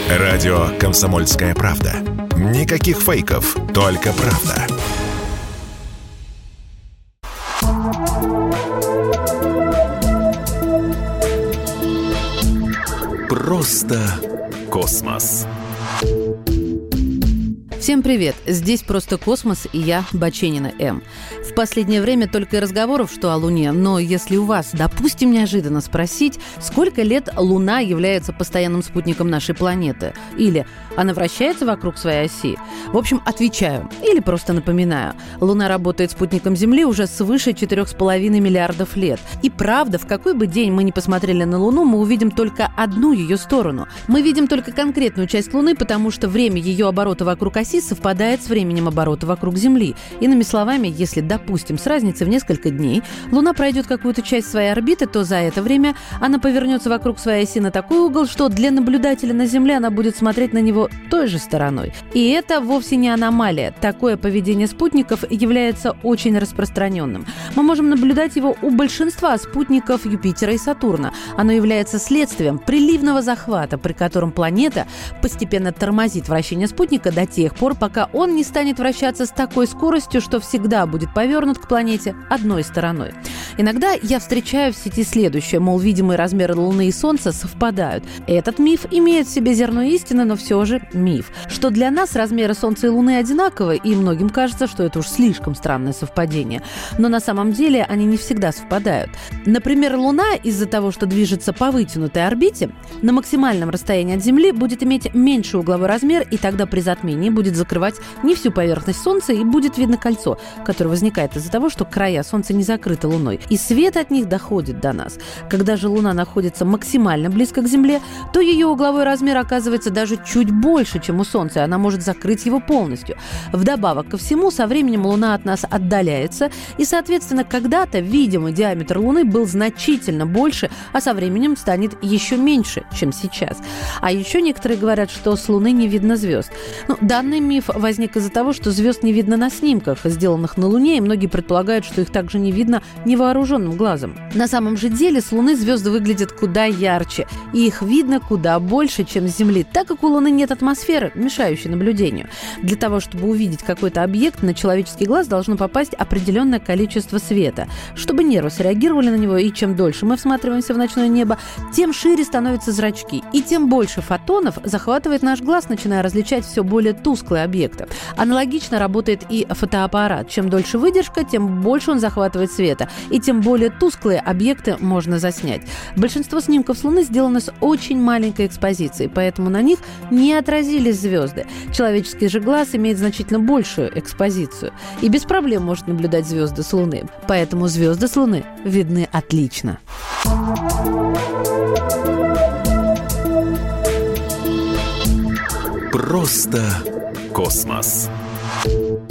Радио «Комсомольская правда». Никаких фейков, только правда. Просто космос. Всем привет! Здесь «Просто космос» и я, Баченина М. В последнее время только и разговоров, что о Луне, но если у вас, допустим, неожиданно спросить, сколько лет Луна является постоянным спутником нашей планеты, или она вращается вокруг своей оси, в общем, отвечаю, или просто напоминаю. Луна работает спутником Земли уже свыше 4,5 миллиардов лет. И правда, в какой бы день мы ни посмотрели на Луну, мы увидим только одну ее сторону. Мы видим только конкретную часть Луны, потому что время ее оборота вокруг оси совпадает с временем оборота вокруг Земли. Иными словами, если, допустим, с разницей в несколько дней Луна пройдет какую-то часть своей орбиты, то за это время она повернется вокруг своей оси на такой угол, что для наблюдателя на Земле она будет смотреть на него той же стороной. И это вовсе не аномалия. Такое поведение спутников является очень распространенным. Мы можем наблюдать его у большинства спутников Юпитера и Сатурна. Оно является следствием приливного захвата, при котором планета постепенно тормозит вращение спутника до тех пор, пока он не станет вращаться с такой скоростью, что всегда будет повернут к планете одной стороной. Иногда я встречаю в сети следующее, мол, видимые размеры Луны и Солнца совпадают. Этот миф имеет в себе зерно истины, но все же миф. Что для нас размеры Солнца и Луны одинаковы, и многим кажется, что это уж слишком странное совпадение. Но на самом деле они не всегда совпадают. Например, Луна из-за того, что движется по вытянутой орбите, на максимальном расстоянии от Земли будет иметь меньший угловой размер, и тогда при затмении будет закрывать не всю поверхность Солнца, и будет видно кольцо, которое возникает из-за того, что края Солнца не закрыты Луной, и свет от них доходит до нас. Когда же Луна находится максимально близко к Земле, то ее угловой размер оказывается даже чуть больше, чем у Солнца, и она может закрыть его полностью. Вдобавок ко всему, со временем Луна от нас отдаляется, и, соответственно, когда-то видимый диаметр Луны был значительно больше, а со временем станет еще меньше, чем сейчас. А еще некоторые говорят, что с Луны не видно звезд. Данный миф возник из-за того, что звезд не видно на снимках, сделанных на Луне, и многие предполагают, что их также не видно невооруженным глазом. На самом же деле с Луны звезды выглядят куда ярче, и их видно куда больше, чем с Земли, так как у Луны нет атмосферы, мешающей наблюдению. Для того, чтобы увидеть какой-то объект, на человеческий глаз должно попасть определенное количество света, чтобы нервы среагировали на него, и чем дольше мы всматриваемся в ночное небо, тем шире становятся зрачки, и тем больше фотонов захватывает наш глаз, начиная различать все более тусклые объекты. Аналогично работает и фотоаппарат. Чем дольше выдержка, тем больше он захватывает света, и тем более тусклые объекты можно заснять. Большинство снимков с Луны сделаны с очень маленькой экспозицией, поэтому на них не отразились звезды. Человеческий же глаз имеет значительно большую экспозицию и без проблем может наблюдать звезды с Луны. Поэтому звезды с Луны видны отлично. Просто космос.